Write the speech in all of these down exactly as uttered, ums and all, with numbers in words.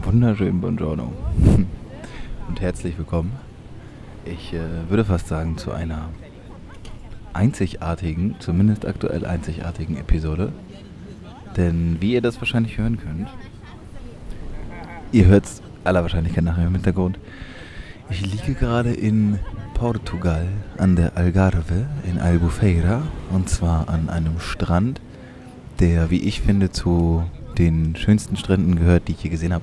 wunderschönen Buongiorno und herzlich willkommen. Ich äh, würde fast sagen zu einer einzigartigen, zumindest aktuell einzigartigen Episode. Denn wie ihr das wahrscheinlich hören könnt, ihr hört es aller Wahrscheinlichkeit nachher im Hintergrund, ich liege gerade in Portugal an der Algarve in Albufeira und zwar an einem Strand, der, wie ich finde, zu den schönsten Stränden gehört, die ich je gesehen habe.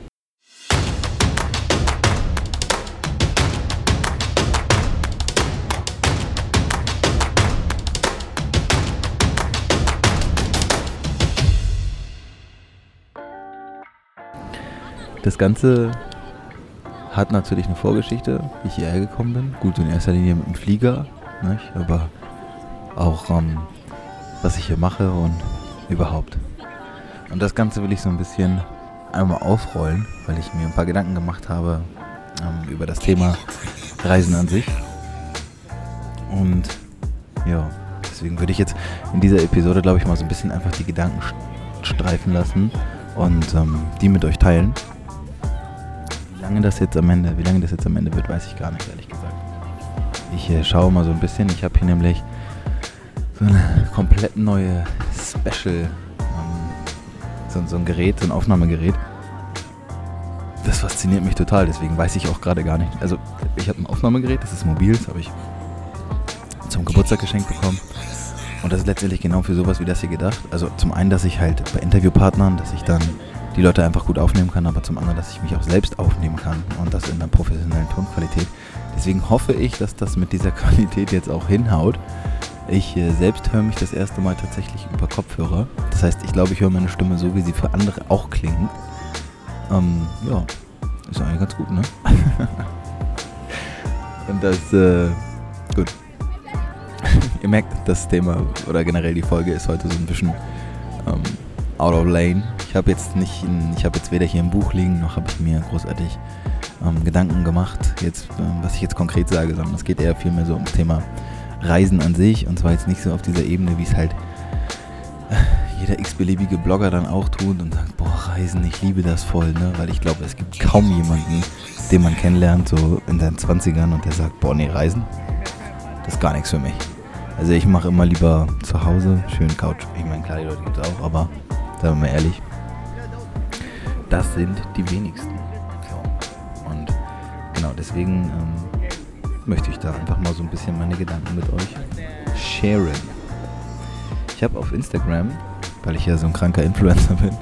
Das Ganze hat natürlich eine Vorgeschichte, wie ich hierher gekommen bin. Gut, in erster Linie mit dem Flieger, nicht? Aber auch ähm, was ich hier mache und überhaupt. Und das Ganze will ich so ein bisschen einmal aufrollen, weil ich mir ein paar Gedanken gemacht habe ähm, über das Thema Reisen an sich. Und ja, deswegen würde ich jetzt in dieser Episode, glaube ich, mal so ein bisschen einfach die Gedanken streifen lassen und ähm, die mit euch teilen. Wie lange das jetzt am Ende, wie lange das jetzt am Ende wird, weiß ich gar nicht, ehrlich gesagt. Ich äh, schaue mal so ein bisschen. Ich habe hier nämlich so eine komplett neue Special, ähm, so, so ein Gerät, so ein Aufnahmegerät. Das fasziniert mich total, deswegen weiß ich auch gerade gar nicht. Also ich habe ein Aufnahmegerät, das ist mobil, das habe ich zum Geburtstag geschenkt bekommen. Und das ist letztendlich genau für sowas wie das hier gedacht. Also zum einen, dass ich halt bei Interviewpartnern, dass ich dann die Leute einfach gut aufnehmen kann, aber zum anderen, dass ich mich auch selbst aufnehmen kann und das in einer professionellen Tonqualität. Deswegen hoffe ich, dass das mit dieser Qualität jetzt auch hinhaut. Ich äh, selbst höre mich das erste Mal tatsächlich über Kopfhörer. Das heißt, ich glaube, ich höre meine Stimme so, wie sie für andere auch klingt. Ähm, ja, ist eigentlich ganz gut, ne? Und das, äh, gut. Ihr merkt, das Thema oder generell die Folge ist heute so ein bisschen ähm, out of lane. Ich habe jetzt nicht, in, ich habe jetzt weder hier ein Buch liegen, noch habe ich mir großartig ähm, Gedanken gemacht, jetzt, ähm, was ich jetzt konkret sage, sondern es geht eher vielmehr so um das Thema Reisen an sich und zwar jetzt nicht so auf dieser Ebene, wie es halt äh, jeder x-beliebige Blogger dann auch tut und sagt, boah, Reisen, ich liebe das voll, ne? Weil ich glaube, es gibt kaum jemanden, den man kennenlernt, so in seinen zwanzigern und der sagt, boah, nee, Reisen, das ist gar nichts für mich. Also ich mache immer lieber zu Hause, schön Couch. Ich meine, klar, die Leute gibt es auch, aber sagen wir mal ehrlich, das sind die wenigsten. So. Und genau deswegen ähm, möchte ich da einfach mal so ein bisschen meine Gedanken mit euch sharen. Ich habe auf Instagram, weil ich ja so ein kranker Influencer bin,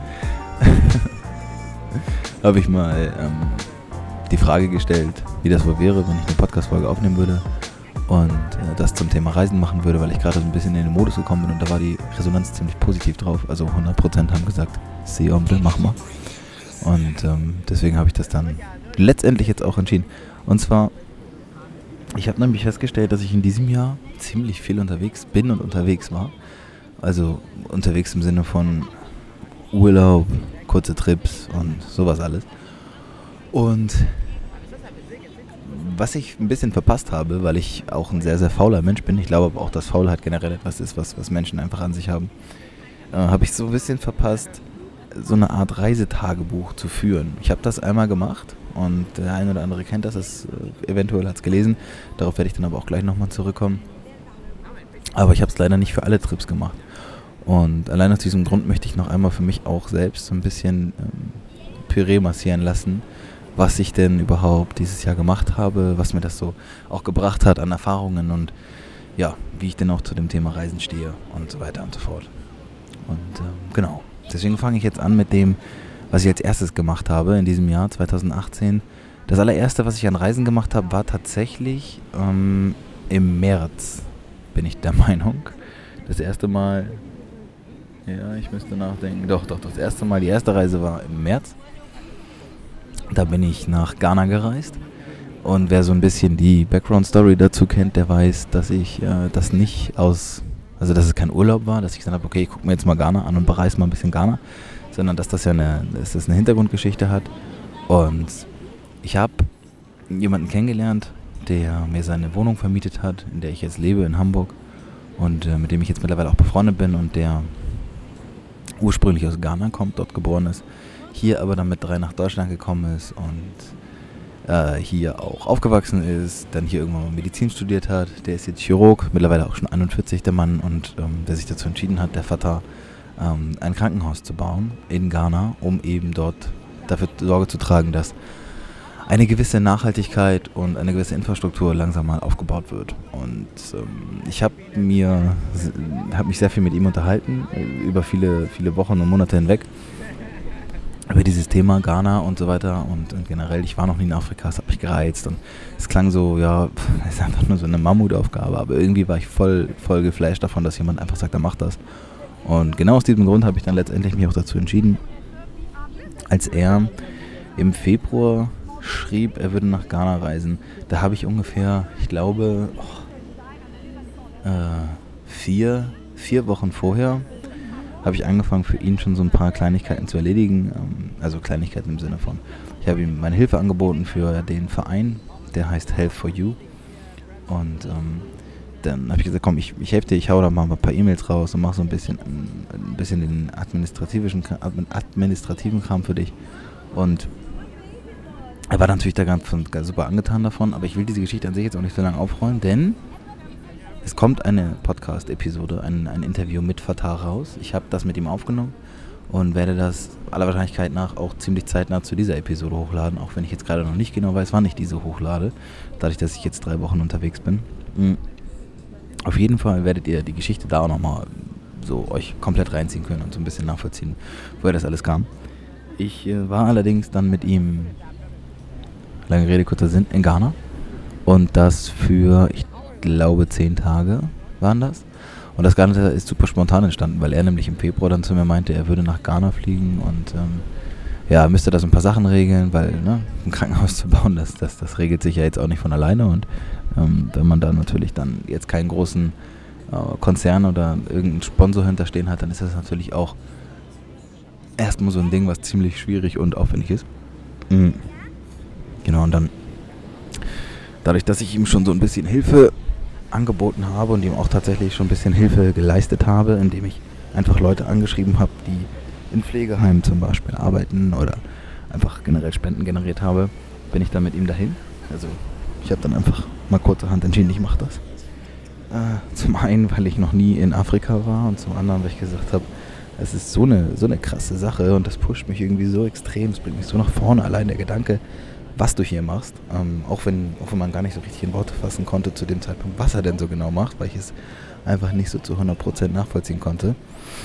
habe ich mal ähm, die Frage gestellt, wie das wohl wäre, wenn ich eine Podcast-Folge aufnehmen würde und äh, das zum Thema Reisen machen würde, weil ich gerade so ein bisschen in den Modus gekommen bin und da war die Resonanz ziemlich positiv drauf. Also hundert Prozent haben gesagt, si hombre, mach mal. Und ähm, deswegen habe ich das dann letztendlich jetzt auch entschieden. Und zwar, ich habe nämlich festgestellt, dass ich in diesem Jahr ziemlich viel unterwegs bin und unterwegs war. Also unterwegs im Sinne von Urlaub, kurze Trips und sowas alles. Und was ich ein bisschen verpasst habe, weil ich auch ein sehr, sehr fauler Mensch bin, ich glaube aber auch, dass Faulheit generell etwas ist, was, was Menschen einfach an sich haben, äh, habe ich so ein bisschen verpasst, so eine Art Reisetagebuch zu führen. Ich habe das einmal gemacht und der eine oder andere kennt das, das äh, eventuell hat es gelesen, darauf werde ich dann aber auch gleich nochmal zurückkommen. Aber ich habe es leider nicht für alle Trips gemacht. Und allein aus diesem Grund möchte ich noch einmal für mich auch selbst so ein bisschen ähm, Püree massieren lassen, was ich denn überhaupt dieses Jahr gemacht habe, was mir das so auch gebracht hat an Erfahrungen und ja, wie ich denn auch zu dem Thema Reisen stehe und so weiter und so fort. Und ähm, genau, deswegen fange ich jetzt an mit dem, was ich als erstes gemacht habe in diesem Jahr zwanzig achtzehn. Das allererste, was ich an Reisen gemacht habe, war tatsächlich ähm, im März, bin ich der Meinung. Das erste Mal, ja, ich müsste nachdenken, doch, doch, das erste Mal, die erste Reise war im März. Da bin ich nach Ghana gereist und wer so ein bisschen die Background-Story dazu kennt, der weiß, dass ich äh, das nicht aus, also dass es kein Urlaub war, dass ich gesagt habe, okay, ich gucke mir jetzt mal Ghana an und bereise mal ein bisschen Ghana, sondern dass das ja eine, dass das eine Hintergrundgeschichte hat. Und ich habe jemanden kennengelernt, der mir seine Wohnung vermietet hat, in der ich jetzt lebe in Hamburg und äh, mit dem ich jetzt mittlerweile auch befreundet bin und der ursprünglich aus Ghana kommt, dort geboren ist, hier aber dann mit drei nach Deutschland gekommen ist und äh, hier auch aufgewachsen ist, dann hier irgendwann mal Medizin studiert hat. Der ist jetzt Chirurg, mittlerweile auch schon einundvierzig, der Mann, und ähm, der sich dazu entschieden hat, der Vater, ähm, ein Krankenhaus zu bauen in Ghana, um eben dort dafür Sorge zu tragen, dass eine gewisse Nachhaltigkeit und eine gewisse Infrastruktur langsam mal aufgebaut wird. Und ähm, ich habe mir, habe mich sehr viel mit ihm unterhalten, über viele, viele Wochen und Monate hinweg, über dieses Thema Ghana und so weiter, und, und generell, ich war noch nie in Afrika, es hat mich gereizt und es klang so, ja, es ist einfach nur so eine Mammutaufgabe, aber irgendwie war ich voll, voll geflasht davon, dass jemand einfach sagt, er macht das. Und genau aus diesem Grund habe ich dann letztendlich mich auch dazu entschieden, als er im Februar schrieb, er würde nach Ghana reisen, da habe ich ungefähr, ich glaube, oh, äh, vier, vier Wochen vorher habe ich angefangen, für ihn schon so ein paar Kleinigkeiten zu erledigen, ähm, also Kleinigkeiten im Sinne von, ich habe ihm meine Hilfe angeboten für den Verein, der heißt Health for You, und ähm, dann habe ich gesagt, komm, ich, ich helfe dir, ich hau da mal ein paar E-Mails raus und mache so ein bisschen, ein bisschen den administrativen, administrativen Kram für dich, und er war natürlich da ganz, ganz super angetan davon, aber ich will diese Geschichte an sich jetzt auch nicht so lange aufrollen, denn es kommt eine Podcast-Episode, ein, ein Interview mit Fatah raus. Ich habe das mit ihm aufgenommen und werde das aller Wahrscheinlichkeit nach auch ziemlich zeitnah zu dieser Episode hochladen, auch wenn ich jetzt gerade noch nicht genau weiß, wann ich diese hochlade, dadurch, dass ich jetzt drei Wochen unterwegs bin. Mhm. Auf jeden Fall werdet ihr die Geschichte da auch nochmal so euch komplett reinziehen können und so ein bisschen nachvollziehen, woher das alles kam. Ich äh, war allerdings dann mit ihm, lange Rede, kurzer Sinn, in Ghana, und das für, ich glaube, zehn Tage waren das. Und das Ganze ist super spontan entstanden, weil er nämlich im Februar dann zu mir meinte, er würde nach Ghana fliegen und ähm, ja, müsste da so ein paar Sachen regeln, weil ne, ein Krankenhaus zu bauen, das, das, das regelt sich ja jetzt auch nicht von alleine, und ähm, wenn man da natürlich dann jetzt keinen großen äh, Konzern oder irgendeinen Sponsor hinterstehen hat, dann ist das natürlich auch erstmal so ein Ding, was ziemlich schwierig und aufwendig ist. Mhm. Genau, und dann dadurch, dass ich ihm schon so ein bisschen Hilfe angeboten habe und ihm auch tatsächlich schon ein bisschen Hilfe geleistet habe, indem ich einfach Leute angeschrieben habe, die in Pflegeheimen zum Beispiel arbeiten oder einfach generell Spenden generiert habe, bin ich dann mit ihm dahin. Also ich habe dann einfach mal kurzerhand entschieden, ich mache das. Äh, zum einen, weil ich noch nie in Afrika war, und zum anderen, weil ich gesagt habe, es ist so eine, so eine krasse Sache und das pusht mich irgendwie so extrem, es bringt mich so nach vorne, allein der Gedanke, was du hier machst, ähm, auch wenn auch wenn man gar nicht so richtig in Worte fassen konnte zu dem Zeitpunkt, was er denn so genau macht, weil ich es einfach nicht so zu hundert Prozent nachvollziehen konnte,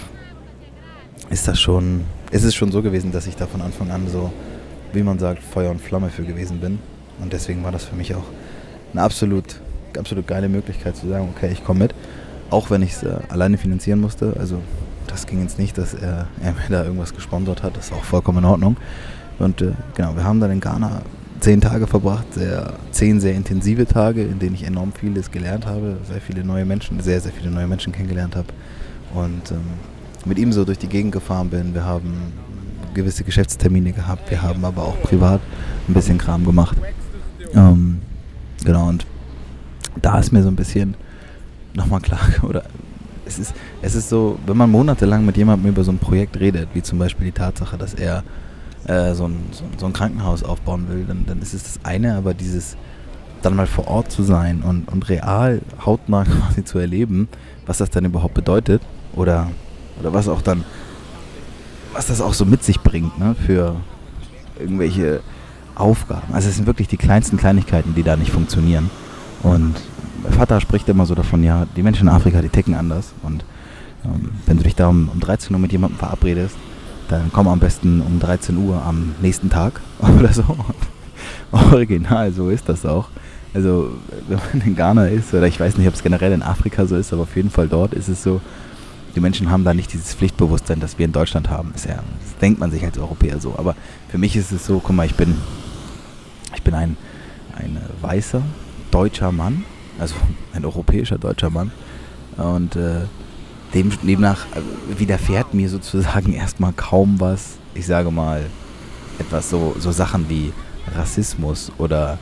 ist das schon, ist es schon so gewesen, dass ich da von Anfang an so, wie man sagt, Feuer und Flamme für gewesen bin, und deswegen war das für mich auch eine absolut, absolut geile Möglichkeit zu sagen, okay, ich komme mit, auch wenn ich es äh, alleine finanzieren musste, also das ging jetzt nicht, dass er, er mir da irgendwas gesponsert hat, das ist auch vollkommen in Ordnung. Und äh, genau, wir haben dann in Ghana zehn Tage verbracht, sehr, zehn sehr intensive Tage, in denen ich enorm vieles gelernt habe, sehr viele neue Menschen, sehr, sehr viele neue Menschen kennengelernt habe und ähm, mit ihm so durch die Gegend gefahren bin. Wir haben gewisse Geschäftstermine gehabt, wir haben aber auch privat ein bisschen Kram gemacht. Ähm, genau, und da ist mir so ein bisschen nochmal klar, oder es ist, es ist so, wenn man monatelang mit jemandem über so ein Projekt redet, wie zum Beispiel die Tatsache, dass er äh, so, ein, so, so ein Krankenhaus aufbauen will, dann, dann ist es das eine, aber dieses dann mal vor Ort zu sein und, und real hautnah quasi zu erleben, was das dann überhaupt bedeutet oder, oder was auch dann, was das auch so mit sich bringt, ne, für irgendwelche Aufgaben. Also es sind wirklich die kleinsten Kleinigkeiten, die da nicht funktionieren. Und mein Vater spricht immer so davon, ja, die Menschen in Afrika, die ticken anders. Und ähm, wenn du dich da um, um dreizehn Uhr mit jemandem verabredest, dann komm am besten um dreizehn Uhr am nächsten Tag oder so. Und original, so ist das auch. Also wenn man in Ghana ist, oder ich weiß nicht, ob es generell in Afrika so ist, aber auf jeden Fall dort ist es so, die Menschen haben da nicht dieses Pflichtbewusstsein, das wir in Deutschland haben. Das, ja, das denkt man sich als Europäer so. Aber für mich ist es so, guck mal, ich bin, ich bin ein, ein weißer, deutscher Mann, also ein europäischer deutscher Mann. Und äh, dem, demnach widerfährt mir sozusagen erstmal kaum was, ich sage mal, etwas so, so Sachen wie Rassismus oder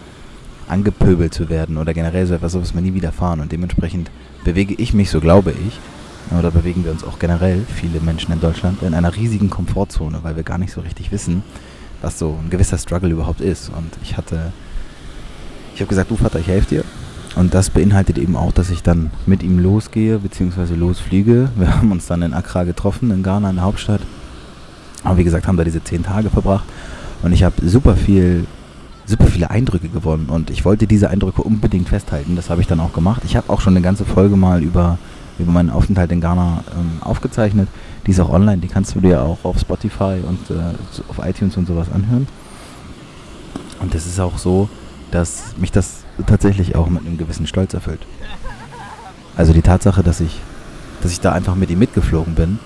angepöbelt zu werden oder generell so etwas, so was mir nie widerfahren. Und dementsprechend bewege ich mich, so glaube ich, oder bewegen wir uns auch generell, viele Menschen in Deutschland, in einer riesigen Komfortzone, weil wir gar nicht so richtig wissen, was so ein gewisser Struggle überhaupt ist. Und ich hatte, ich habe gesagt, du Vater, ich helfe dir. Und das beinhaltet eben auch, dass ich dann mit ihm losgehe, beziehungsweise losfliege. Wir haben uns dann in Accra getroffen, in Ghana, in der Hauptstadt. Aber wie gesagt, haben da diese zehn Tage verbracht. Und ich habe super viel, super viele Eindrücke gewonnen. Und ich wollte diese Eindrücke unbedingt festhalten. Das habe ich dann auch gemacht. Ich habe auch schon eine ganze Folge mal über, über meinen Aufenthalt in Ghana ähm, aufgezeichnet. Die ist auch online, die kannst du dir auch auf Spotify und äh, auf iTunes und sowas anhören. Und es ist auch so, dass mich das tatsächlich auch mit einem gewissen Stolz erfüllt. Also die Tatsache, dass ich, dass ich da einfach mit ihm mitgeflogen bin,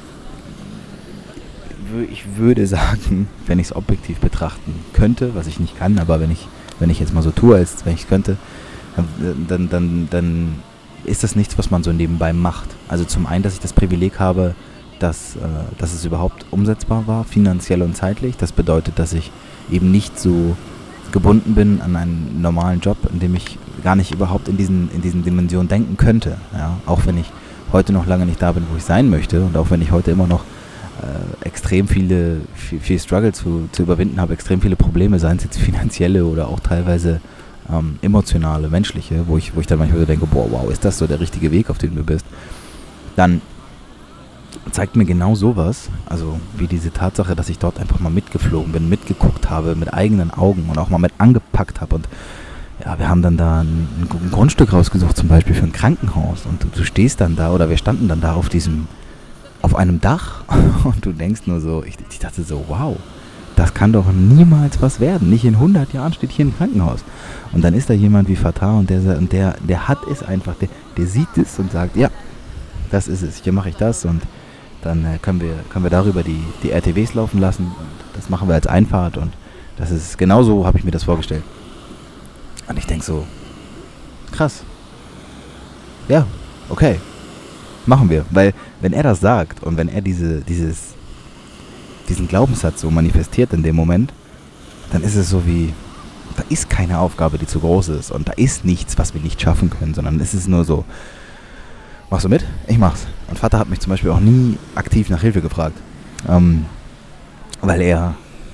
ich würde sagen, wenn ich es objektiv betrachten könnte, was ich nicht kann, aber wenn ich, wenn ich jetzt mal so tue, als wenn ich es könnte, dann, dann, dann ist das nichts, was man so nebenbei macht. Also zum einen, dass ich das Privileg habe, dass, äh, dass es überhaupt umsetzbar war, finanziell und zeitlich. Das bedeutet, dass ich eben nicht so gebunden bin an einen normalen Job, in dem ich gar nicht überhaupt in diesen, in diesen Dimensionen denken könnte. Ja? Auch wenn ich heute noch lange nicht da bin, wo ich sein möchte, und auch wenn ich heute immer noch äh, extrem viele, viel, viel Struggle zu, zu überwinden habe, extrem viele Probleme, seien es jetzt finanzielle oder auch teilweise ähm, emotionale, menschliche, wo ich, wo ich dann manchmal so denke, boah, wow, ist das so der richtige Weg, auf dem du bist, dann zeigt mir genau sowas, also wie diese Tatsache, dass ich dort einfach mal mitgeflogen bin, mitgeguckt habe, mit eigenen Augen und auch mal mit angepackt habe. Und ja, wir haben dann da ein, ein Grundstück rausgesucht, zum Beispiel für ein Krankenhaus. Und du, du stehst dann da, oder wir standen dann da auf diesem, auf einem Dach und du denkst nur so, ich, ich dachte so, wow, das kann doch niemals was werden. Nicht in hundert Jahren steht hier ein Krankenhaus. Und dann ist da jemand wie Fatah und der, und der, der hat es einfach, der, der sieht es und sagt, ja, das ist es, hier mache ich das, und dann äh, können wir können wir darüber die, die R T Ws laufen lassen. Und das machen wir als Einfahrt, und das ist genauso, habe ich mir das vorgestellt. Und ich denke so, krass. Ja, okay, machen wir. Weil wenn er das sagt und wenn er diese, dieses, diesen Glaubenssatz so manifestiert in dem Moment, dann ist es so wie, da ist keine Aufgabe, die zu groß ist, und da ist nichts, was wir nicht schaffen können, sondern es ist nur so, machst du mit? Ich mach's. Und Vater hat mich zum Beispiel auch nie aktiv nach Hilfe gefragt. Ähm, weil er,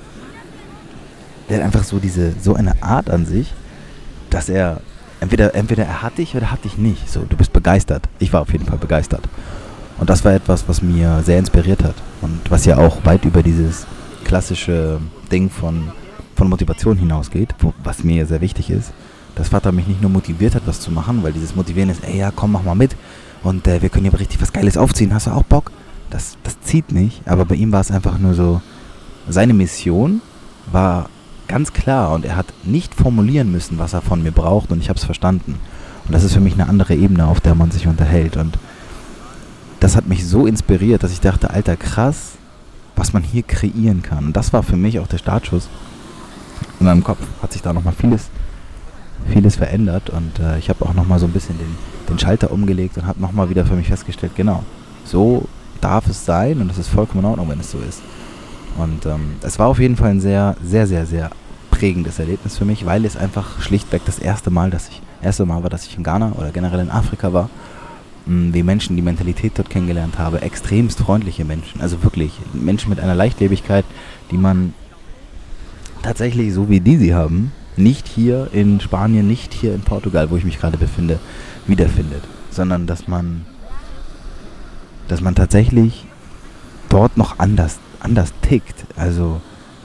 der hat einfach so diese, so eine Art an sich, dass er, entweder, entweder er hat dich oder hat dich nicht. So, du bist begeistert. Ich war auf jeden Fall begeistert. Und das war etwas, was mir sehr inspiriert hat. Und was ja auch weit über dieses klassische Ding von, von Motivation hinausgeht, wo, was mir sehr wichtig ist, dass Vater mich nicht nur motiviert hat, was zu machen, weil dieses Motivieren ist, ey, ja, komm, mach mal mit. Und äh, wir können hier richtig was Geiles aufziehen. Hast du auch Bock? Das, das zieht nicht. Aber bei ihm war es einfach nur so, seine Mission war ganz klar. Und er hat nicht formulieren müssen, was er von mir braucht. Und ich habe es verstanden. Und das ist für mich eine andere Ebene, auf der man sich unterhält. Und das hat mich so inspiriert, dass ich dachte, Alter, krass, was man hier kreieren kann. Und das war für mich auch der Startschuss. In meinem Kopf hat sich da nochmal vieles, vieles verändert. Und äh, ich habe auch nochmal so ein bisschen den den Schalter umgelegt und habe nochmal wieder für mich festgestellt, genau, so darf es sein, und es ist vollkommen in Ordnung, wenn es so ist. Und ähm, es war auf jeden Fall ein sehr, sehr, sehr, sehr prägendes Erlebnis für mich, weil es einfach schlichtweg das erste Mal, dass ich, erste Mal war, dass ich in Ghana oder generell in Afrika war, mh, die Menschen, die Mentalität dort kennengelernt habe, extremst freundliche Menschen, also wirklich Menschen mit einer Leichtlebigkeit, die man tatsächlich, so wie die sie haben, nicht hier in Spanien, nicht hier in Portugal, wo ich mich gerade befinde, wiederfindet, sondern dass man dass man tatsächlich dort noch anders, anders tickt. Also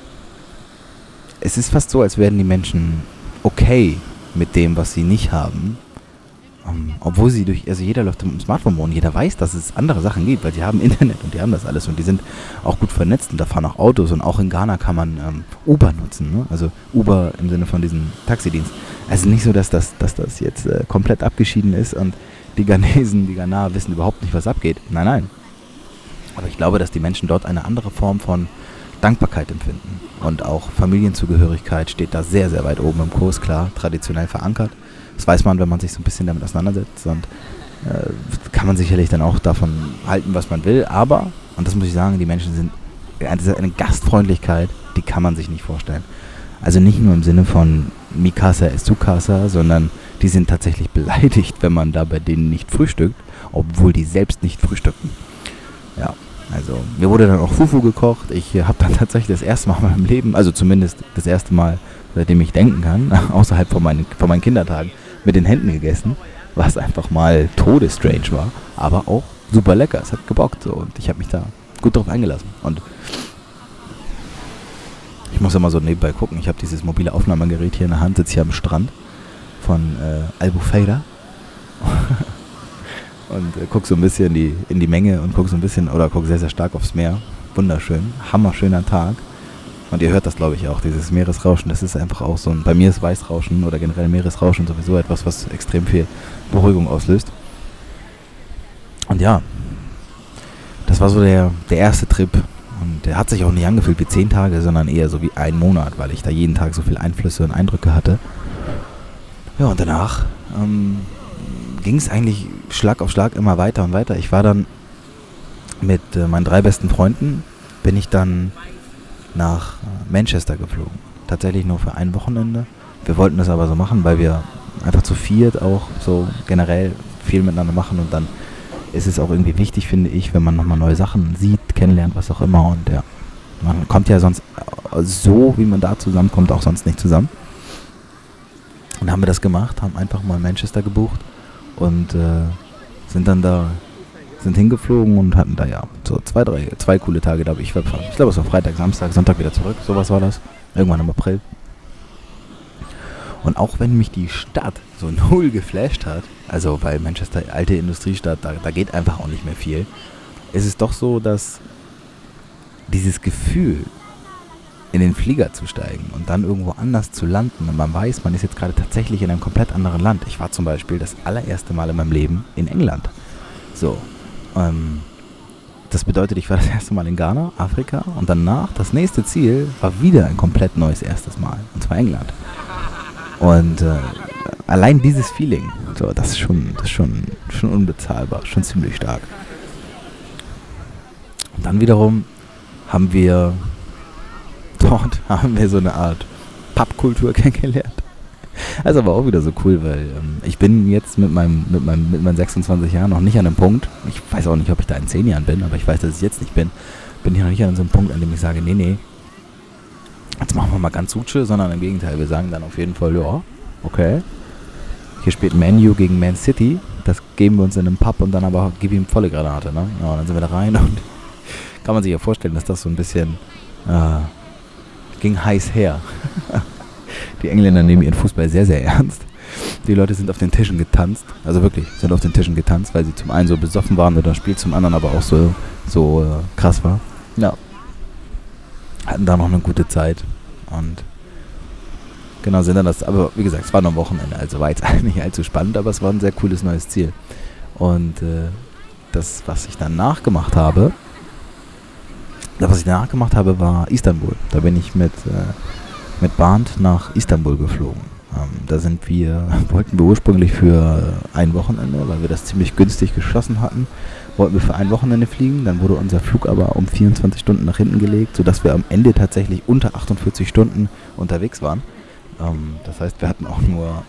es ist fast so, als wären die Menschen okay mit dem, was sie nicht haben. Um, obwohl sie durch, also jeder läuft mit dem Smartphone rum und jeder weiß, dass es andere Sachen gibt, weil die haben Internet und die haben das alles und die sind auch gut vernetzt und da fahren auch Autos, und auch in Ghana kann man ähm, Uber nutzen, ne? Also Uber im Sinne von diesem Taxidienst. Also nicht so, dass das, dass das jetzt äh, komplett abgeschieden ist und die Ghanesen, die Ghanaer wissen überhaupt nicht, was abgeht. Nein, nein. Aber ich glaube, dass die Menschen dort eine andere Form von Dankbarkeit empfinden. Und auch Familienzugehörigkeit steht da sehr, sehr weit oben im Kurs, klar, traditionell verankert. Das weiß man, wenn man sich so ein bisschen damit auseinandersetzt, und äh, kann man sicherlich dann auch davon halten, was man will. Aber, und das muss ich sagen, die Menschen sind eine, eine Gastfreundlichkeit, die kann man sich nicht vorstellen. Also nicht nur im Sinne von Mi casa es tu casa, sondern die sind tatsächlich beleidigt, wenn man da bei denen nicht frühstückt obwohl die selbst nicht frühstückten. Ja, also mir wurde dann auch Fufu gekocht. Ich äh, habe dann tatsächlich das erste Mal in meinem Leben, also zumindest das erste Mal, seitdem ich denken kann, außerhalb von meinen, von meinen Kindertagen, mit den Händen gegessen, was einfach mal todesstrange war, aber auch super lecker. Es hat gebockt so und ich habe mich da gut drauf eingelassen. Und ich muss ja mal so nebenbei gucken. Ich habe dieses mobile Aufnahmegerät hier in der Hand, sitze hier am Strand von äh, Albufeira und äh, guck so ein bisschen in die, in die Menge und guck so ein bisschen, oder guck sehr, sehr stark aufs Meer. Wunderschön, hammerschöner Tag. Und ihr hört das, glaube ich, auch, dieses Meeresrauschen. Das ist einfach auch so ein, bei mir ist Weißrauschen oder generell Meeresrauschen sowieso etwas, was extrem viel Beruhigung auslöst. Und ja, das war so der, der erste Trip. Und der hat sich auch nicht angefühlt wie zehn Tage, sondern eher so wie ein Monat, weil ich da jeden Tag so viele Einflüsse und Eindrücke hatte. Ja, und danach ähm, ging es eigentlich Schlag auf Schlag immer weiter und weiter. Ich war dann mit äh, meinen drei besten Freunden, bin ich dann nach äh, Manchester geflogen. Tatsächlich nur für ein Wochenende. Wir wollten das aber so machen, weil wir einfach zu viert auch so generell viel miteinander machen und dann ist es auch irgendwie wichtig, finde ich, wenn man nochmal neue Sachen sieht, kennenlernt, was auch immer. Und ja, man kommt ja sonst so, wie man da zusammenkommt, auch sonst nicht zusammen. Und dann haben wir das gemacht, haben einfach mal Manchester gebucht und äh, sind dann da, sind hingeflogen und hatten da ja so zwei, drei, zwei coole Tage da. Ich, ich glaube, es war Freitag, Samstag, Sonntag wieder zurück. Sowas war das. Irgendwann im April. Und auch wenn mich die Stadt so null geflasht hat, also weil Manchester, alte Industriestadt, da, da geht einfach auch nicht mehr viel, ist es doch so, dass dieses Gefühl, in den Flieger zu steigen und dann irgendwo anders zu landen und man weiß, man ist jetzt gerade tatsächlich in einem komplett anderen Land. Ich war zum Beispiel das allererste Mal in meinem Leben in England. So, ähm, das bedeutet, ich war das erste Mal in Ghana, Afrika und danach, das nächste Ziel war wieder ein komplett neues erstes Mal, und zwar England. Und äh, allein dieses Feeling, so, das ist schon, das ist schon, schon unbezahlbar, schon ziemlich stark. Und dann wiederum haben wir, dort haben wir so eine Art Pubkultur kennengelernt. Das ist aber auch wieder so cool, weil ähm, ich bin jetzt mit meinem, mit meinem, mit meinen sechsundzwanzig Jahren noch nicht an einem Punkt, ich weiß auch nicht, ob ich da in zehn Jahren bin, aber ich weiß, dass ich jetzt nicht bin, bin ich noch nicht an so einem Punkt, an dem ich sage, nee, nee, jetzt machen wir mal ganz Suche, sondern im Gegenteil, wir sagen dann auf jeden Fall, ja, okay, hier spielt Man U gegen Man City, das geben wir uns in einem Pub und dann aber gib ihm volle Granate, ne? Ja, und dann sind wir da rein und kann man sich ja vorstellen, dass das so ein bisschen äh, ging heiß her. Die Engländer nehmen ihren Fußball sehr, sehr ernst. Die Leute sind auf den Tischen getanzt, also wirklich, sind auf den Tischen getanzt, weil sie zum einen so besoffen waren oder das Spiel zum anderen aber auch so, so äh, krass war. Ja. Hatten da noch eine gute Zeit und genau, sind dann das, aber wie gesagt, es war noch ein Wochenende, also war jetzt nicht allzu spannend, aber es war ein sehr cooles neues Ziel. Und äh, das, was ich danach gemacht habe, das, was ich danach gemacht habe, war Istanbul. Da bin ich mit, äh, mit Bahnt nach Istanbul geflogen. Ähm, da sind wir, wollten wir ursprünglich für ein Wochenende, weil wir das ziemlich günstig geschossen hatten, wollten wir für ein Wochenende fliegen, dann wurde unser Flug aber um vierundzwanzig Stunden nach hinten gelegt, sodass wir am Ende tatsächlich unter achtundvierzig Stunden unterwegs waren. Ähm, das heißt, wir hatten auch nur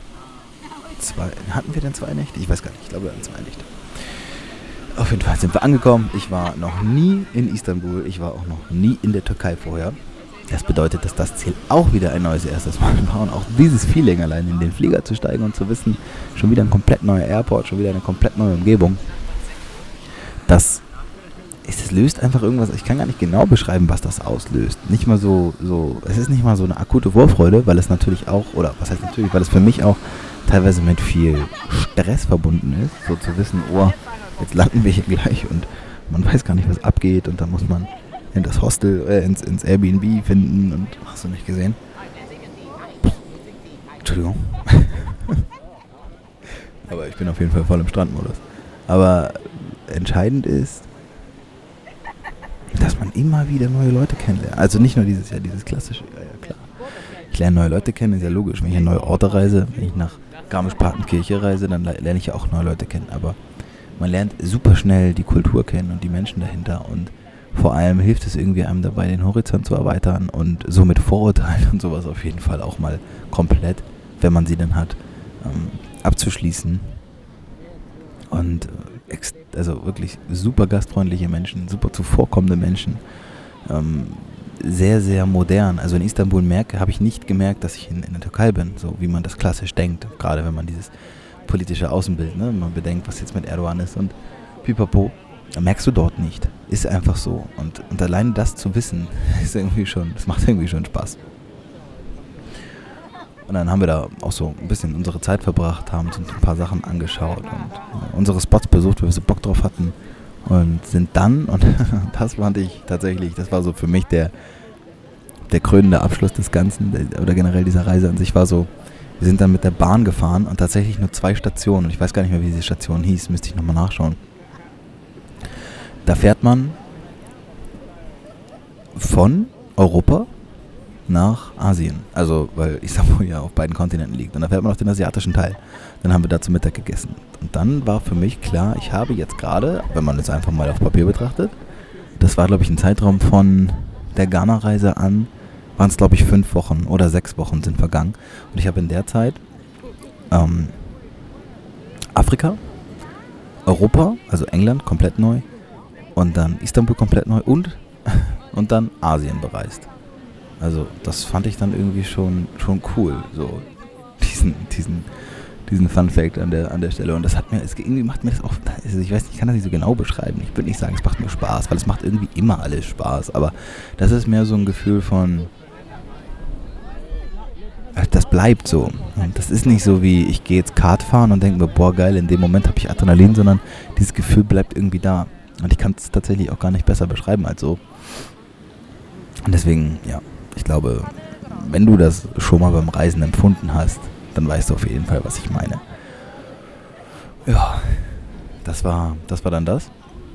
zwei, hatten wir denn zwei Nächte? Ich weiß gar nicht, ich glaube, wir hatten zwei Nächte. Auf jeden Fall sind wir angekommen. Ich war noch nie in Istanbul, ich war auch noch nie in der Türkei vorher. Das bedeutet, dass das Ziel auch wieder ein neues erstes Mal war und auch dieses Feeling allein in den Flieger zu steigen und zu wissen, schon wieder ein komplett neuer Airport, schon wieder eine komplett neue Umgebung. Das, ist, das löst einfach irgendwas, ich kann gar nicht genau beschreiben, was das auslöst. Nicht mal so, so, es ist nicht mal so eine akute Vorfreude, weil es natürlich auch, oder was heißt natürlich, weil es für mich auch teilweise mit viel Stress verbunden ist, so zu wissen, oh, jetzt landen wir hier gleich und man weiß gar nicht, was abgeht und dann muss man in das Hostel, äh, ins, ins Airbnb finden und hast du nicht gesehen? Entschuldigung. Aber ich bin auf jeden Fall voll im Strandmodus. Aber entscheidend ist, dass man immer wieder neue Leute kennenlernt. Also nicht nur dieses Jahr, dieses klassische, ja, ja klar. Ich lerne neue Leute kennen, ist ja logisch. Wenn ich an neue Orte reise, wenn ich nach Garmisch-Partenkirche reise, dann lerne ich ja auch neue Leute kennen. Aber man lernt super schnell die Kultur kennen und die Menschen dahinter und vor allem hilft es irgendwie einem dabei, den Horizont zu erweitern und somit Vorurteile und sowas auf jeden Fall auch mal komplett, wenn man sie dann hat, ähm, abzuschließen. Und ex- also wirklich super gastfreundliche Menschen, super zuvorkommende Menschen. Ähm, sehr, sehr modern. Also in Istanbul merke, habe ich nicht gemerkt, dass ich in, in der Türkei bin, so wie man das klassisch denkt. Gerade wenn man dieses politische Außenbild, ne, man bedenkt, was jetzt mit Erdogan ist und pipapo, dann merkst du dort nicht. Ist einfach so. Und, und allein das zu wissen, ist irgendwie schon, das macht irgendwie schon Spaß. Und dann haben wir da auch so ein bisschen unsere Zeit verbracht, haben uns ein paar Sachen angeschaut und äh, unsere Spots besucht, wo wir so Bock drauf hatten. Und sind dann, und das fand ich tatsächlich, das war so für mich der, der krönende Abschluss des Ganzen, der, oder generell dieser Reise an sich war so, wir sind dann mit der Bahn gefahren und tatsächlich nur zwei Stationen. Und ich weiß gar nicht mehr, wie diese Station hieß, müsste ich nochmal nachschauen. Da fährt man von Europa nach Asien. Also, weil Istanbul ja auf beiden Kontinenten liegt. Und da fährt man auf den asiatischen Teil. Dann haben wir da zu Mittag gegessen. Und dann war für mich klar, ich habe jetzt gerade, wenn man es einfach mal auf Papier betrachtet, das war, glaube ich, ein Zeitraum von der Ghana-Reise an, waren es, glaube ich, fünf Wochen oder sechs Wochen sind vergangen. Und ich habe in der Zeit ähm, Afrika, Europa, also England komplett neu, und dann Istanbul komplett neu und, und dann Asien bereist. Also das fand ich dann irgendwie schon, schon cool, so diesen, diesen, diesen Fun Fact an der, an der Stelle. Und das hat mir, es irgendwie macht mir das auch, also ich weiß nicht, ich kann das nicht so genau beschreiben. Ich würde nicht sagen, es macht mir Spaß, weil es macht irgendwie immer alles Spaß. Aber das ist mehr so ein Gefühl von, das bleibt so. Und das ist nicht so wie, ich gehe jetzt Kart fahren und denke mir, boah geil, in dem Moment habe ich Adrenalin, sondern dieses Gefühl bleibt irgendwie da. Und ich kann es tatsächlich auch gar nicht besser beschreiben als so. Und deswegen, ja, ich glaube, wenn du das schon mal beim Reisen empfunden hast, dann weißt du auf jeden Fall, was ich meine. Ja, das war, das war dann das.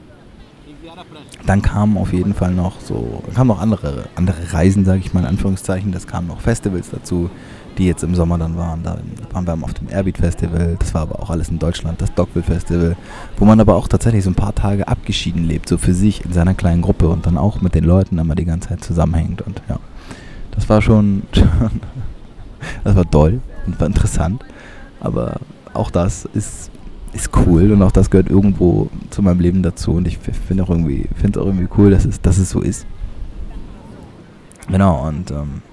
Dann kamen auf jeden Fall noch so, kamen noch andere, andere Reisen, sage ich mal in Anführungszeichen. Das kamen noch Festivals dazu, die jetzt im Sommer dann waren. Da waren wir auf dem Airbeat Festival, das war aber auch alles in Deutschland, das Dogville Festival, wo man aber auch tatsächlich so ein paar Tage abgeschieden lebt, so für sich in seiner kleinen Gruppe und dann auch mit den Leuten immer die ganze Zeit zusammenhängt. Und ja, das war schon, das war toll und war interessant, aber auch das ist ist cool und auch das gehört irgendwo zu meinem Leben dazu und ich finde auch irgendwie, finde es auch irgendwie cool, dass es, dass es so ist. Genau, und ähm,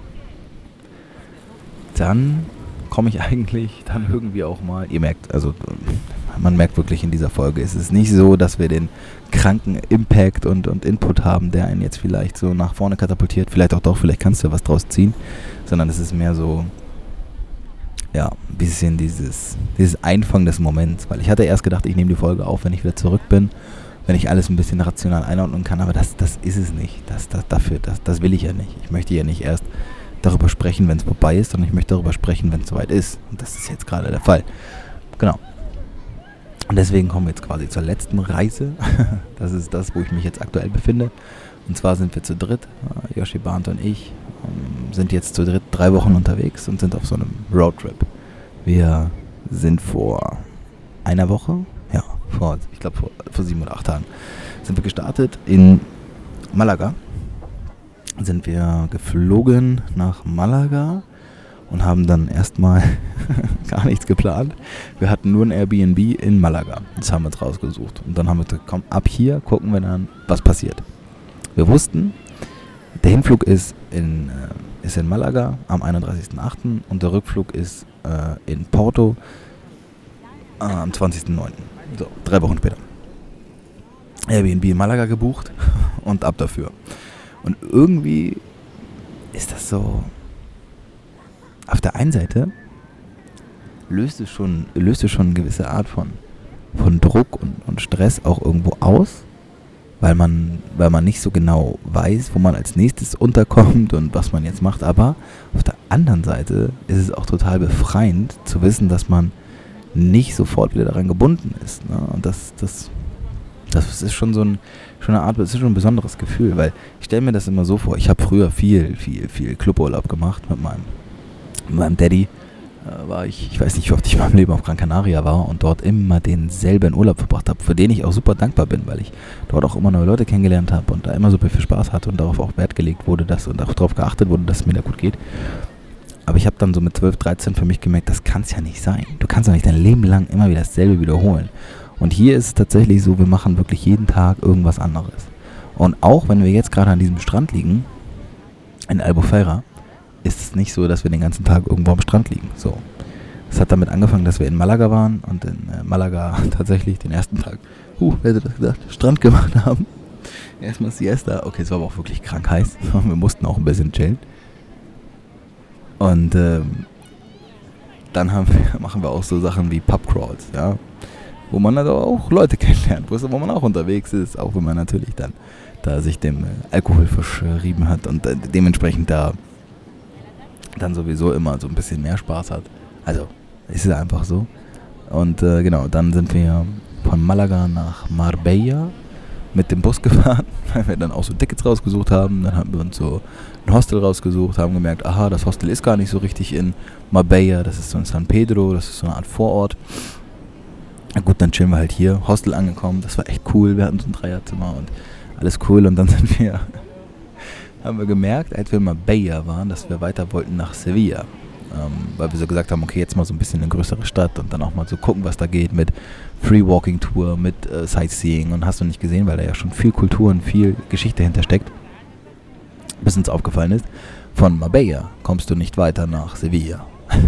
dann komme ich eigentlich dann irgendwie auch mal, ihr merkt, also man merkt wirklich in dieser Folge, es ist nicht so, dass wir den kranken Impact und, und Input haben, der einen jetzt vielleicht so nach vorne katapultiert, vielleicht auch doch, vielleicht kannst du ja was draus ziehen, sondern es ist mehr so, ja, ein bisschen dieses, dieses Einfangen des Moments, weil ich hatte erst gedacht, ich nehme die Folge auf, wenn ich wieder zurück bin, wenn ich alles ein bisschen rational einordnen kann, aber das, das ist es nicht, das, das, dafür, das, das will ich ja nicht. Ich möchte ja nicht erst darüber sprechen, wenn es vorbei ist, sondern ich möchte darüber sprechen, wenn es soweit ist und das ist jetzt gerade der Fall. Genau. Und deswegen kommen wir jetzt quasi zur letzten Reise, das ist das, wo ich mich jetzt aktuell befinde, und zwar sind wir zu dritt, Yoshi, Barnt und ich, sind jetzt zu dritt drei Wochen unterwegs und sind auf so einem Roadtrip. Wir sind vor einer Woche, ja, vor, ich glaube vor, vor sieben oder acht Tagen, sind wir gestartet in Malaga. Sind wir geflogen nach Malaga und haben dann erstmal gar nichts geplant. Wir hatten nur ein Airbnb in Malaga. Das haben wir uns rausgesucht. Und dann haben wir gesagt, komm, ab hier gucken wir dann, was passiert. Wir wussten, der Hinflug ist in, äh, ist in Malaga am einunddreißigsten achten und der Rückflug ist äh, in Porto äh, am zwanzigsten neunten So, drei Wochen später. Airbnb in Malaga gebucht und ab dafür. Und irgendwie ist das so, auf der einen Seite löst es schon, löst es schon eine gewisse Art von, von Druck und, und Stress auch irgendwo aus, weil man, weil man nicht so genau weiß, wo man als nächstes unterkommt und was man jetzt macht. Aber auf der anderen Seite ist es auch total befreiend zu wissen, dass man nicht sofort wieder daran gebunden ist. Ne? Und das, das, das ist schon so ein, schon eine Art, das ist schon ein besonderes Gefühl, weil ich stelle mir das immer so vor, ich habe früher viel, viel, viel Cluburlaub gemacht mit meinem, mit meinem Daddy. War ich, ich weiß nicht, wie oft ich in meinem Leben auf Gran Canaria war und dort immer denselben Urlaub verbracht habe, für den ich auch super dankbar bin, weil ich dort auch immer neue Leute kennengelernt habe und da immer super viel Spaß hatte und darauf auch Wert gelegt wurde, dass und auch darauf geachtet wurde, dass es mir da gut geht. Aber ich habe dann so mit zwölf, dreizehn für mich gemerkt, das kann es ja nicht sein. Du kannst ja nicht dein Leben lang immer wieder dasselbe wiederholen. Und hier ist es tatsächlich so, wir machen wirklich jeden Tag irgendwas anderes. Und auch wenn wir jetzt gerade an diesem Strand liegen, in Albufeira, ist es nicht so, dass wir den ganzen Tag irgendwo am Strand liegen. So. Es hat damit angefangen, dass wir in Malaga waren und in äh, Malaga tatsächlich den ersten Tag, uh, wer hätte das gedacht, Strand gemacht haben. Erstmal Siesta. Okay, es war aber auch wirklich krank heiß. Wir mussten auch ein bisschen chillen. Und ähm, dann haben wir, machen wir auch so Sachen wie Pubcrawls, ja. Wo man also auch Leute kennenlernt, wo man auch unterwegs ist, auch wenn man natürlich dann da sich dem äh, Alkohol verschrieben hat und äh, dementsprechend da dann sowieso immer so ein bisschen mehr Spaß hat. Also, ist es einfach so. Und äh, genau, dann sind wir von Malaga nach Marbella mit dem Bus gefahren, weil wir dann auch so Tickets rausgesucht haben. Dann haben wir uns so ein Hostel rausgesucht, haben gemerkt, aha, das Hostel ist gar nicht so richtig in Marbella, das ist so in San Pedro, das ist so eine Art Vorort. Na gut, dann chillen wir halt hier, Hostel angekommen, das war echt cool, wir hatten so ein Dreierzimmer und alles cool. Und dann sind wir, haben wir gemerkt, als wir in Marbella waren, dass wir weiter wollten nach Sevilla. Ähm, weil wir so gesagt haben, okay, jetzt mal so ein bisschen eine größere Stadt und dann auch mal so gucken, was da geht mit Free-Walking-Tour, mit äh, Sightseeing und hast du nicht gesehen, weil da ja schon viel Kultur und viel Geschichte hintersteckt. Bis uns aufgefallen ist, von Marbella kommst du nicht weiter nach Sevilla.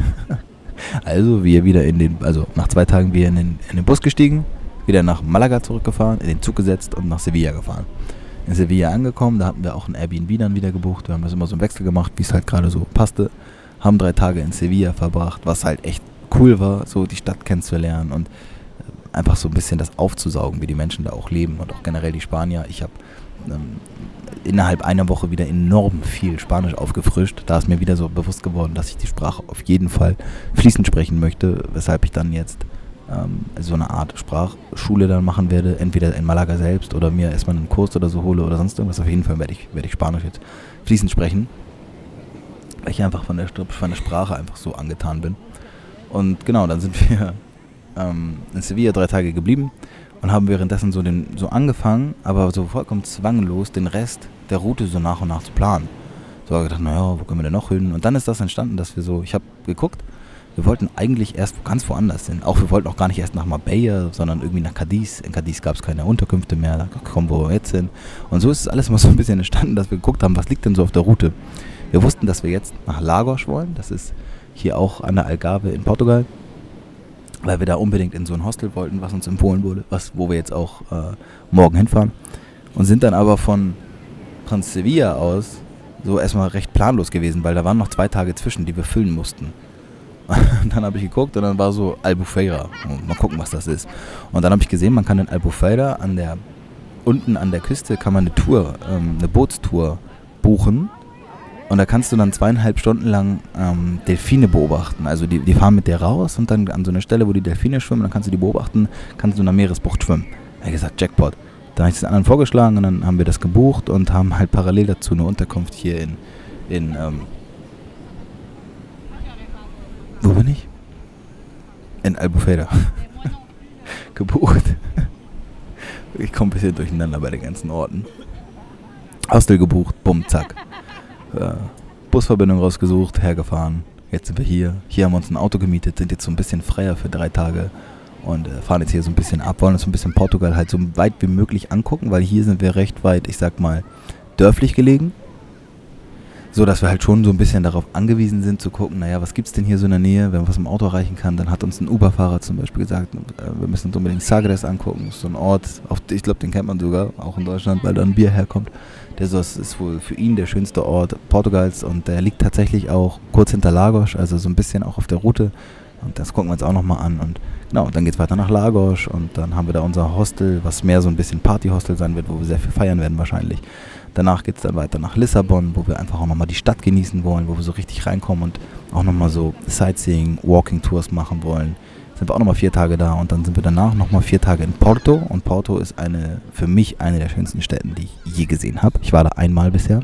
Also wir wieder in den, also nach zwei Tagen wir in den, in den Bus gestiegen, wieder nach Malaga zurückgefahren, in den Zug gesetzt und nach Sevilla gefahren. In Sevilla angekommen, da hatten wir auch ein Airbnb dann wieder gebucht, wir haben das immer so im Wechsel gemacht, wie es halt gerade so passte. Haben drei Tage in Sevilla verbracht, was halt echt cool war, so die Stadt kennenzulernen und einfach so ein bisschen das aufzusaugen, wie die Menschen da auch leben und auch generell die Spanier. Ich habe ähm, innerhalb einer Woche wieder enorm viel Spanisch aufgefrischt. Da ist mir wieder so bewusst geworden, dass ich die Sprache auf jeden Fall fließend sprechen möchte, weshalb ich dann jetzt ähm, so eine Art Sprachschule dann machen werde, entweder in Malaga selbst oder mir erstmal einen Kurs oder so hole oder sonst irgendwas. Auf jeden Fall werde ich, werde ich Spanisch jetzt fließend sprechen, weil ich einfach von der, von der Sprache einfach so angetan bin. Und genau, dann sind wir ähm, in Sevilla drei Tage geblieben und haben währenddessen so, den, so angefangen, aber so vollkommen zwanglos den Rest der Route so nach und nach zu planen. So habe ich gedacht, naja, wo können wir denn noch hin? Und dann ist das entstanden, dass wir so, ich habe geguckt, wir wollten eigentlich erst ganz woanders hin. Auch wir wollten auch gar nicht erst nach Marbella, sondern irgendwie nach Cadiz. In Cadiz gab es keine Unterkünfte mehr, da kommen wo wir jetzt hin. Und so ist es alles mal so ein bisschen entstanden, dass wir geguckt haben, was liegt denn so auf der Route. Wir wussten, dass wir jetzt nach Lagos wollen, das ist hier auch an der Algarve in Portugal, weil wir da unbedingt in so ein Hostel wollten, was uns empfohlen wurde, was, wo wir jetzt auch äh, morgen hinfahren. Und sind dann aber von, von Sevilla aus so erstmal recht planlos gewesen, weil da waren noch zwei Tage zwischen, die wir füllen mussten. Und dann habe ich geguckt und dann war so Albufeira. Mal gucken, was das ist. Und dann habe ich gesehen, man kann in Albufeira an der, unten an der Küste kann man eine Tour, ähm, eine Bootstour buchen. Und da kannst du dann zweieinhalb Stunden lang ähm, Delfine beobachten. Also die, die fahren mit dir raus und dann an so eine Stelle, wo die Delfine schwimmen, dann kannst du die beobachten, kannst du in der Meeresbucht schwimmen. Da habe ich gesagt, Jackpot. Dann habe ich es den anderen vorgeschlagen und dann haben wir das gebucht und haben halt parallel dazu eine Unterkunft hier in, in ähm, wo bin ich? In Albufeira gebucht. Ich komme ein bisschen durcheinander bei den ganzen Orten. Hostel gebucht, bumm, zack. Äh, Busverbindung rausgesucht, hergefahren. Jetzt sind wir hier. Hier haben wir uns ein Auto gemietet, sind jetzt so ein bisschen freier für drei Tage und äh, fahren jetzt hier so ein bisschen ab, wollen uns so ein bisschen Portugal halt so weit wie möglich angucken, weil hier sind wir recht weit, ich sag mal, dörflich gelegen. So, dass wir halt schon so ein bisschen darauf angewiesen sind zu gucken, naja, was gibt's denn hier so in der Nähe, wenn man was im Auto erreichen kann. Dann hat uns ein Uber-Fahrer zum Beispiel gesagt, äh, wir müssen uns unbedingt Sagres angucken. Das ist so ein Ort, auf, ich glaube, den kennt man sogar, auch in Deutschland, weil da ein Bier herkommt. Der so, das ist wohl für ihn der schönste Ort Portugals und der liegt tatsächlich auch kurz hinter Lagos, also so ein bisschen auch auf der Route. Und das gucken wir uns auch nochmal an. Und genau, dann geht's weiter nach Lagos und dann haben wir da unser Hostel, was mehr so ein bisschen Party-Hostel sein wird, wo wir sehr viel feiern werden wahrscheinlich. Danach geht es dann weiter nach Lissabon, wo wir einfach auch nochmal die Stadt genießen wollen, wo wir so richtig reinkommen und auch nochmal so Sightseeing, Walking-Tours machen wollen. Sind wir auch nochmal vier Tage da und dann sind wir danach nochmal vier Tage in Porto. Und Porto ist eine, für mich eine der schönsten Städte, die ich je gesehen habe. Ich war da einmal bisher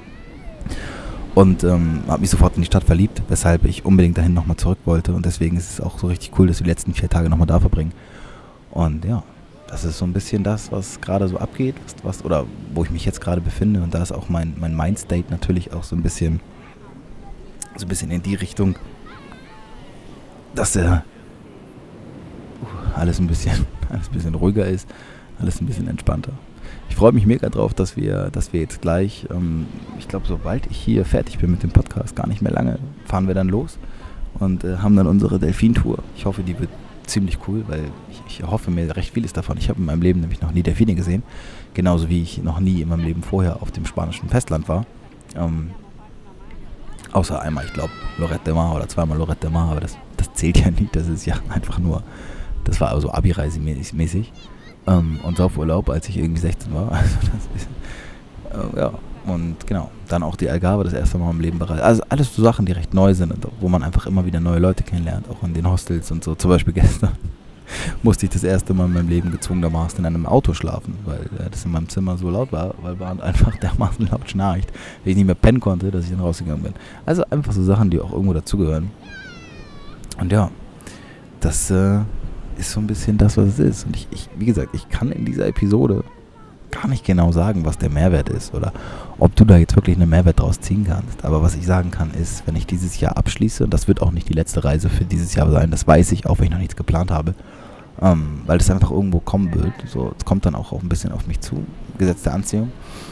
und ähm, habe mich sofort in die Stadt verliebt, weshalb ich unbedingt dahin nochmal zurück wollte. Und deswegen ist es auch so richtig cool, dass wir die letzten vier Tage nochmal da verbringen. Und ja, das ist so ein bisschen das, was gerade so abgeht, was, was oder wo ich mich jetzt gerade befinde. Und da ist auch mein, mein Mindstate natürlich auch so ein bisschen, so ein bisschen in die Richtung, dass der uh, alles ein bisschen alles ein bisschen ruhiger ist, alles ein bisschen entspannter. Ich freue mich mega drauf, dass wir, dass wir jetzt gleich, ähm, ich glaube, sobald ich hier fertig bin mit dem Podcast, gar nicht mehr lange, fahren wir dann los und äh, haben dann unsere Delfin-Tour. Ich hoffe, die wird ziemlich cool, weil ich, ich hoffe mir recht vieles davon. Ich habe in meinem Leben nämlich noch nie Delfine gesehen, genauso wie ich noch nie in meinem Leben vorher auf dem spanischen Festland war. Ähm, außer einmal, ich glaube, Lloret de Mar oder zweimal Lloret de Mar, aber das, das zählt ja nicht, das ist ja einfach nur, das war also Abi-Reise-mäßig. Ähm, und Saufurlaub, als ich irgendwie sechzehn war. Also das ist, äh, ja, und genau, dann auch die Algarve das erste Mal im Leben bereist. Also alles so Sachen, die recht neu sind und wo man einfach immer wieder neue Leute kennenlernt, auch in den Hostels und so. Zum Beispiel gestern musste ich das erste Mal in meinem Leben gezwungenermaßen in einem Auto schlafen, weil äh, das in meinem Zimmer so laut war, weil Bahn einfach dermaßen laut schnarcht, weil ich nicht mehr pennen konnte, dass ich dann rausgegangen bin. Also einfach so Sachen, die auch irgendwo dazugehören. Und ja, das äh, ist so ein bisschen das, was es ist. Und ich, ich, wie gesagt, ich kann in dieser Episode gar nicht genau sagen, was der Mehrwert ist oder ob du da jetzt wirklich einen Mehrwert draus ziehen kannst. Aber was ich sagen kann ist, wenn ich dieses Jahr abschließe, und das wird auch nicht die letzte Reise für dieses Jahr sein, das weiß ich, auch wenn ich noch nichts geplant habe, ähm, weil es einfach irgendwo kommen wird. So, es kommt dann auch, auch ein bisschen auf mich zu, Gesetz der Anziehung,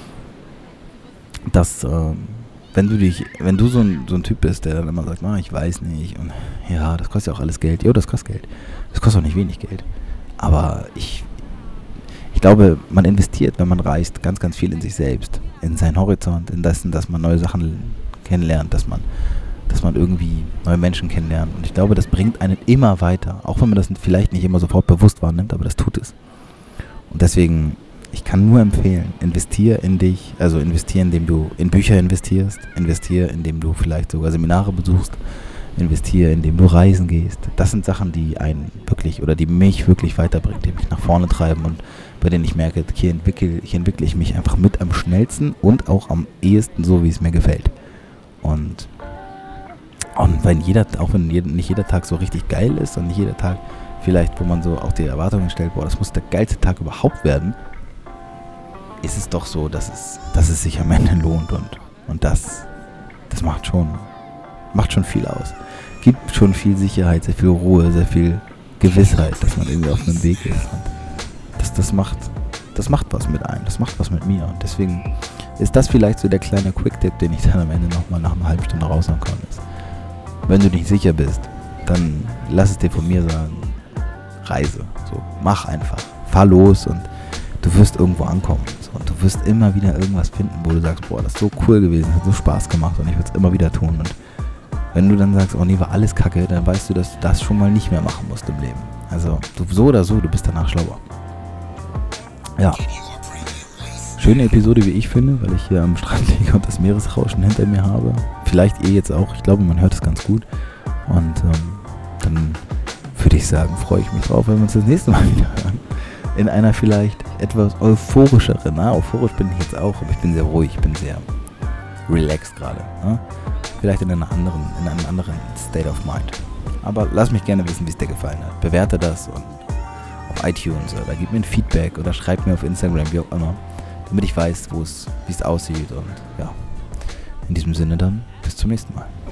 dass ähm, wenn du dich, wenn du so ein, so ein Typ bist, der dann immer sagt, ah, ich weiß nicht und ja, das kostet ja auch alles Geld. Jo, das kostet Geld. Das kostet auch nicht wenig Geld. Aber ich Ich glaube, man investiert, wenn man reist, ganz, ganz viel in sich selbst, in seinen Horizont, in das, dass man neue Sachen kennenlernt, dass man, dass man irgendwie neue Menschen kennenlernt. Und ich glaube, das bringt einen immer weiter, auch wenn man das vielleicht nicht immer sofort bewusst wahrnimmt, aber das tut es. Und deswegen, ich kann nur empfehlen, investier in dich, also investier, indem du in Bücher investierst, investier, indem du vielleicht sogar Seminare besuchst, investiere, indem du reisen gehst. Das sind Sachen, die einen wirklich oder die mich wirklich weiterbringen, die mich nach vorne treiben und bei denen ich merke, hier entwickle, hier entwickle ich mich einfach mit am schnellsten und auch am ehesten so, wie es mir gefällt. Und, und wenn jeder, auch wenn jeder, nicht jeder Tag so richtig geil ist und nicht jeder Tag vielleicht, wo man so auch die Erwartungen stellt, boah, das muss der geilste Tag überhaupt werden, ist es doch so, dass es, dass es sich am Ende lohnt und, und das, das macht schon, macht schon viel aus. Gibt schon viel Sicherheit, sehr viel Ruhe, sehr viel Gewissheit, dass man irgendwie auf einem Weg ist. Und das, das macht, das macht was mit einem, das macht was mit mir. Und deswegen ist das vielleicht so der kleine Quick-Tipp, den ich dann am Ende nochmal nach einer halben Stunde raushauen kann. Ist, wenn du nicht sicher bist, dann lass es dir von mir sagen, reise. So, mach einfach. Fahr los und du wirst irgendwo ankommen. So, und du wirst immer wieder irgendwas finden, wo du sagst, boah, das ist so cool gewesen, hat so Spaß gemacht und ich würde es immer wieder tun. Und wenn du dann sagst, oh nee, war alles kacke, dann weißt du, dass du das schon mal nicht mehr machen musst im Leben. Also du, so oder so, du bist danach schlauer. Ja. Schöne Episode, wie ich finde, weil ich hier am Strand liege und das Meeresrauschen hinter mir habe. Vielleicht ihr jetzt auch, ich glaube, man hört es ganz gut. Und ähm, dann würde ich sagen, freue ich mich drauf, wenn wir uns das nächste Mal wieder hören. In einer vielleicht etwas euphorischeren, na, euphorisch bin ich jetzt auch, aber ich bin sehr ruhig, ich bin sehr relaxed gerade. Ne? Vielleicht in, einer anderen, in einem anderen State of Mind. Aber lass mich gerne wissen, wie es dir gefallen hat. Bewerte das und auf iTunes oder gib mir ein Feedback oder schreib mir auf Instagram, wie auch immer, damit ich weiß, wo es, wie es aussieht. Und ja, in diesem Sinne dann, bis zum nächsten Mal.